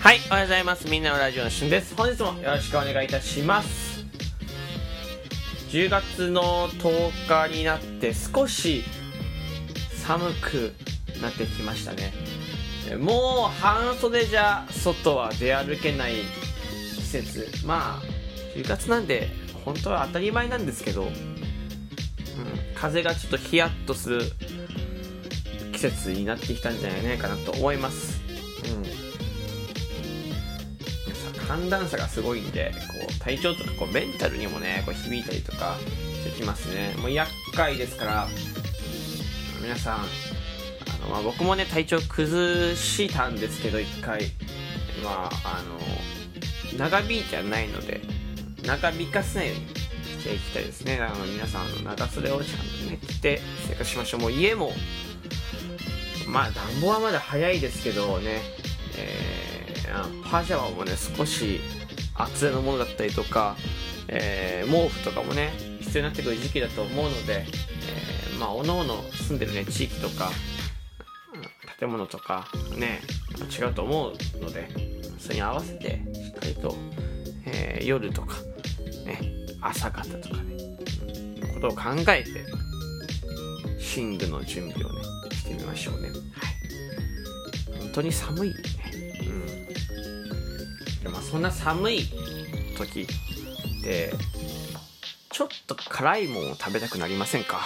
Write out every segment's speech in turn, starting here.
はい、おはようございます。みんなのラジオのしゅんです。本日もよろしくお願いいたします。10月の10日になって少し寒くなってきましたね。もう半袖じゃ外は出歩けない季節。まあ10月なんで本当は当たり前なんですけど、風がちょっとヒヤッとする季節になってきたんじゃないかなと思います。寒暖差がすごいんで、こう体調とかメンタルにもね、響いたりとかしてきますね。もう厄介ですから、皆さん僕もね体調崩したんですけど、1回長引いてはないので長引かせないようにしていきたいですね。皆さん長袖をちゃんとね着て生活しましょう。もう家も暖房はまだ早いですけどね、パジャマもね少し厚手のものだったりとか、毛布とかもね必要になってくる時期だと思うので、おのおの住んでるね地域とか、建物とかね違うと思うので、それに合わせてしっかりと、夜とかね朝方とかねのことを考えて寝具の準備をねしてみましょうね。本当に寒いね。そんな寒い時ってちょっと辛いものを食べたくなりませんか？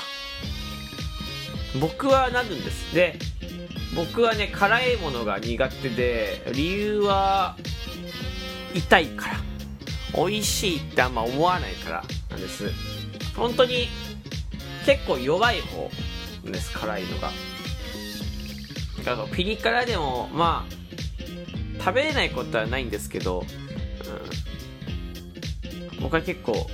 僕はなるんです。で、僕はね辛いものが苦手で、理由は痛いから、美味しいってあんま思わないからなんです。本当に結構弱い方です、辛いのが。だからピリ辛でも食べれないことはないんですけど、僕は結構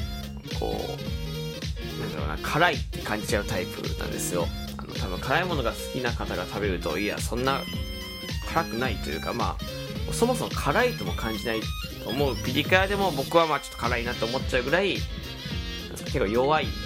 辛いって感じちゃうタイプなんですよ。多分辛いものが好きな方が食べると、いやそんな辛くないというか、そもそも辛いとも感じないと思うピリ辛でも僕はちょっと辛いなと思っちゃうぐらい結構弱いんです。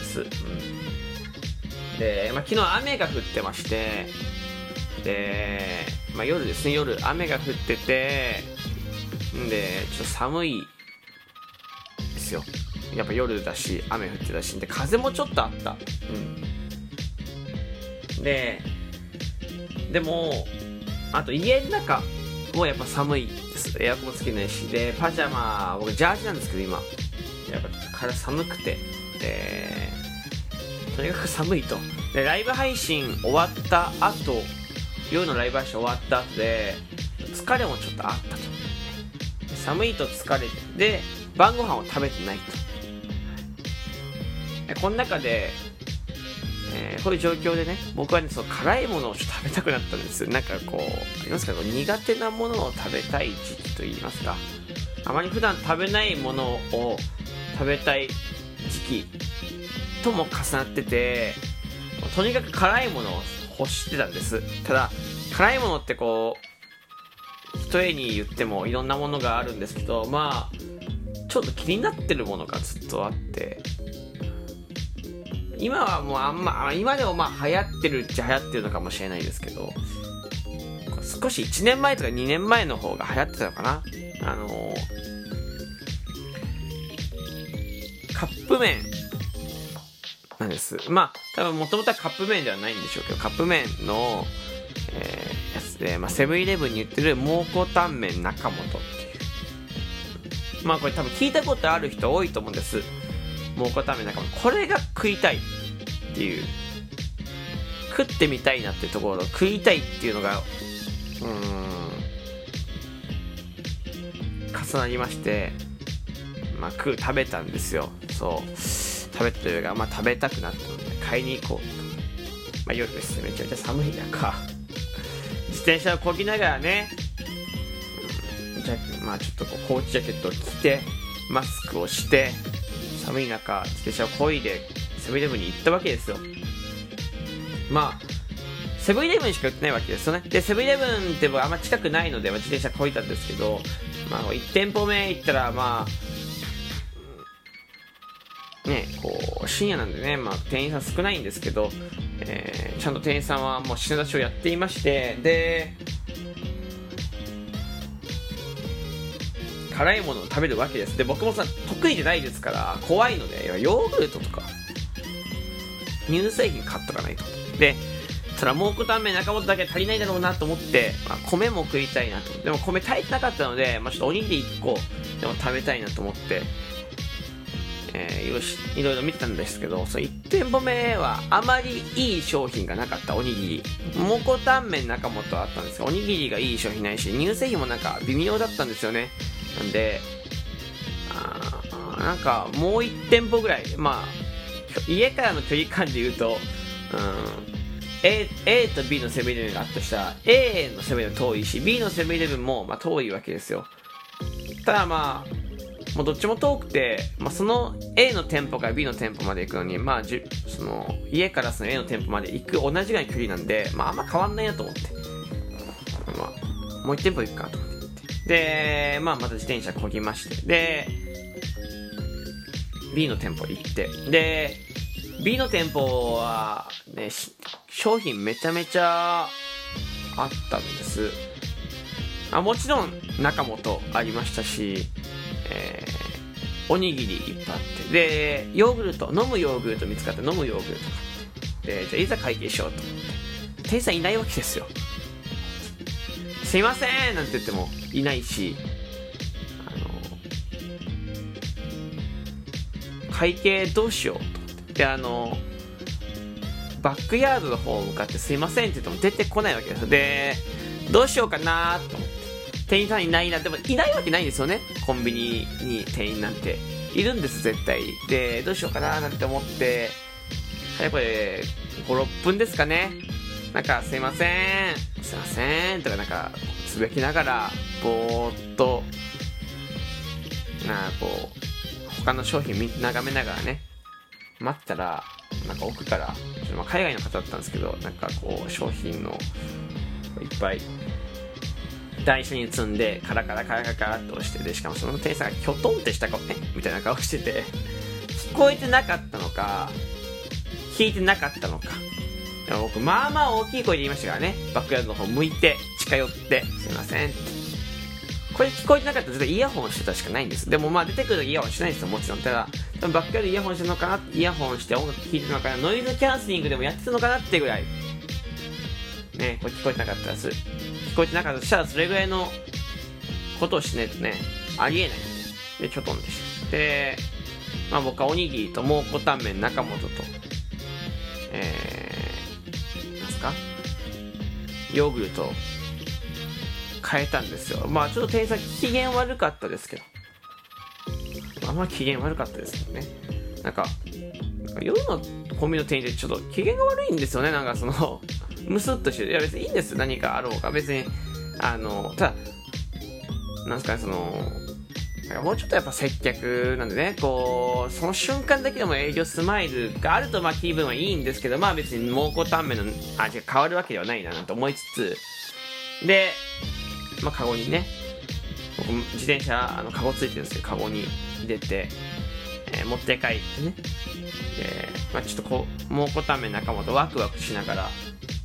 で、昨日雨が降ってまして、で夜ですね、夜雨が降ってて、でちょっと寒いですよ。やっぱ夜だし雨降ってたし、で風もちょっとあった。でもあと家の中もやっぱ寒いです。エアコンつけないし、でパジャマ、僕ジャージなんですけど今やっぱ体寒くて、とにかく寒いと。でライブ配信終わった後、夜のライブ配信終わった後で疲れもちょっとあったと。寒いと疲れて、で晩ご飯を食べてないと。この中で、こういう状況でね、僕はねその辛いものをちょっと食べたくなったんです。ありますか、苦手なものを食べたい時期といいますか、あまり普段食べないものを食べたい時期とも重なってて、とにかく辛いものを欲してたんです。ただ辛いものって一重に言ってもいろんなものがあるんですけど、ちょっと気になってるものがずっとあって、今はもう今でも流行ってるっちゃ流行ってるのかもしれないですけど、少し1年前とか2年前の方が流行ってたのかな。カップ麺なんです。多分もともとはカップ麺ではないんでしょうけど、カップ麺の、やつで、セブンイレブンに売ってる蒙古タンメン中本っていう、これ多分聞いたことある人多いと思うんです。蒙古タンメン中本、これが食いたいっていう、食ってみたいなっていうところ、食いたいっていうのが重なりまして、食べたんですよ。食べたというか、食べたくなったので買いに行こうと。夜ですね、めちゃめちゃ寒い中自転車を漕ぎながらね、ちょっとコーチジャケットを着てマスクをして寒い中自転車を漕いでセブンイレブンに行ったわけですよ。セブンイレブンしか売ってないわけですよね。でセブンイレブンってあんま近くないので、自転車漕いだんですけど、1店舗目行ったら深夜なんでね、店員さん少ないんですけど、ちゃんと店員さんはもう品出しをやっていまして、で辛いものを食べるわけです。で僕も得意じゃないですから怖いので、ヨーグルトとか乳製品買っとかないと。でただ蒙古タンメン中本だけ足りないだろうなと思って、米も食いたいなと。でも米足りてなかったので、ちょっとおにぎり1個でも食べたいなと思って、いろいろ見てたんですけど、その1店舗目はあまりいい商品がなかった。おにぎり蒙古タンメン中本はあったんですが、おにぎりがいい商品ないし、乳製品もなんか微妙だったんですよね。なんでなんかもう1店舗ぐらい、家からの距離感で言うと、A と B のセブンイレブンがあったとしたら A のセブンイレブン遠いし B のセブンイレブンも遠いわけですよ。ただもうどっちも遠くて、その A の店舗から B の店舗まで行くのに、その家からその A の店舗まで行く同じぐらいの距離なんで、あんま変わんないなと思って、もう1店舗行くかと思って、でまた自転車こぎまして、で B の店舗行って、で B の店舗はね、商品めちゃめちゃあったんです。もちろん中本ありましたし、おにぎりいっぱいあって、でヨーグルト、飲むヨーグルト見つかって飲むヨーグルト買って、じゃあいざ会計しようと思って、店員さんいないわけですよ。すいませんなんて言ってもいないし、会計どうしようと思って、でバックヤードの方向かってすいませんって言っても出てこないわけです。でどうしようかなと思って、店員さんいないな。でもいないわけないんですよね、コンビニに店員なんているんです絶対。でどうしようかななんて思って、これ 5,6 分ですかね、なんかすいませんとかなんかつぶやきながらぼーっと他の商品眺めながらね待ったら、なんか奥から海外の方だったんですけど、なんか商品のいっぱい台車に積んでカラカラって押して、でしかもその店員さんがキョトンってした顔みたいな顔してて、聞こえてなかったのか聞いてなかったのか。でも僕大きい声で言いましたからね、バックヤードの方向いて近寄ってすいませんって。これ聞こえてなかったら絶対イヤホンしてたしかないんです。でも出てくるとイヤホンしないんですよ、もちろん。ただバックヤードイヤホンしてるのかな、イヤホンして音楽聴いてるのかな、ノイズキャンセリングでもやってたのかなってぐらいね、これ聞こえてなかったです。聞こえてなかったとしたらそれぐらいのことをしないとねありえないんで、ちょっとんでした。で僕はおにぎりと蒙古タンメン中本となんすかヨーグルトを変えたんですよ。ちょっと店員さん機嫌悪かったですけど、あんまり機嫌悪かったですよね。なんか夜のコンビニの店員ってちょっと機嫌が悪いんですよね。なんかムスッとしてる。いや別にいいんです、何かあろうが別に。ただなんすかね、なんかもうちょっとやっぱ接客なんでね、その瞬間だけでも営業スマイルがあると気分はいいんですけど、別に蒙古タンメンの味が変わるわけではないななんて思いつつで、カゴにね、僕自転車カゴついてるんですけど、カゴに入れて、持って帰ってね、でちょっと蒙古タンメン中本ワクワクしながら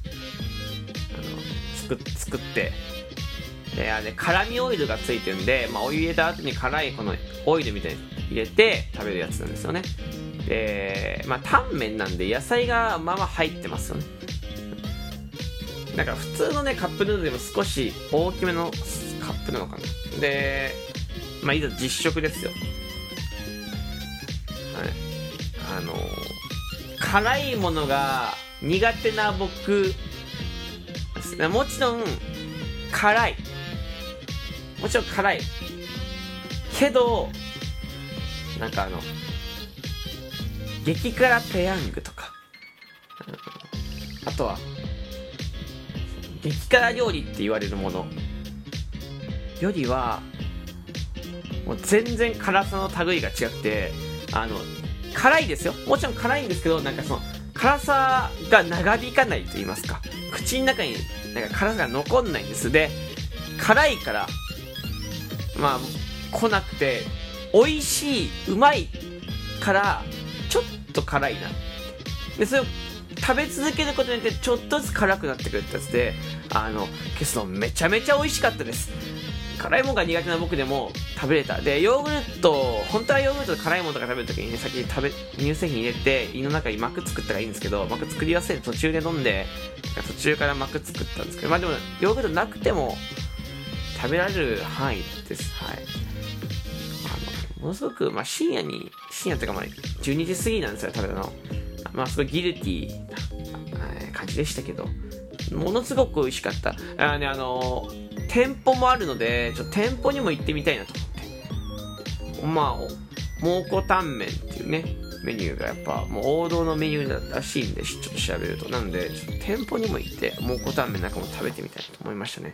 作って、で辛味オイルがついてるんで、お湯入れた後に辛いこのオイルみたいに入れて食べるやつなんですよね。でタンメンなんで野菜が入ってますよね。なんか普通のねカップヌードルでも少し大きめのカップなのかな。でいざ実食ですよ。はい、辛いものが苦手な僕、もちろん辛いけど、なんか激辛ペヤングとか、あとは激辛料理って言われるものよりはもう全然辛さの類が違くて、辛いですよ、もちろん辛いんですけど、なんか辛さが長引かないと言いますか、口の中になんか辛さが残んないんです。で辛いから来なくて美味しいうまいからちょっと辛いな。でそれを食べ続けることによってちょっとずつ辛くなってくるってやつで、消すのめちゃめちゃ美味しかったです。 辛いものが苦手な僕でも食べれた。でヨーグルト、本当はヨーグルトと辛いものとか食べるときにね、先に乳製品入れて胃の中に膜作ったらいいんですけど、膜作り忘れて途中で飲んで、途中から膜作ったんですけど、でもヨーグルトなくても食べられる範囲です。はい。ものすごく、深夜というか12時過ぎなんですよ、食べたの。すごいギルティーな感じでしたけど、ものすごく美味しかった。店舗もあるので、店舗にも行ってみたいなと思って。蒙古タンメンっていうね、メニューがやっぱもう王道のメニューらしいんで、ちょっと調べると。なので、店舗にも行って、蒙古タンメンなんかも食べてみたいと思いましたね。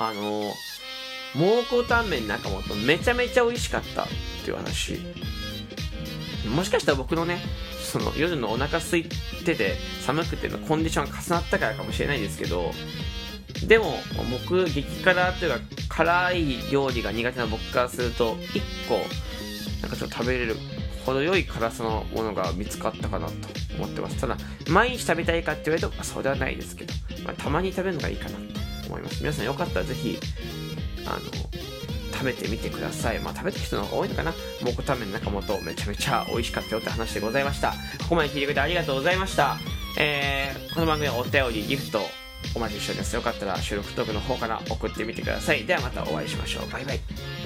蒙古タンメン中本めちゃめちゃ美味しかったっていう話。もしかしたら僕のね、夜のお腹空いてて寒くてのコンディションが重なったからかもしれないですけど、でも僕激辛というか辛い料理が苦手な僕からすると1個なんかちょっと食べれる程よい辛さのものが見つかったかなと思ってます。ただ毎日食べたいかって言われるとそうではないですけど、たまに食べるのがいいかなと思います。皆さんよかったらぜひ食べてみてください。食べた人の方が多いのかな。蒙古タンメン中本めちゃめちゃ美味しかったよって話でございました。ここまで聞いてくれてありがとうございました。この番組はお便りギフトお待ちしております。よかったら収録トークの方から送ってみてください。ではまたお会いしましょう。バイバイ。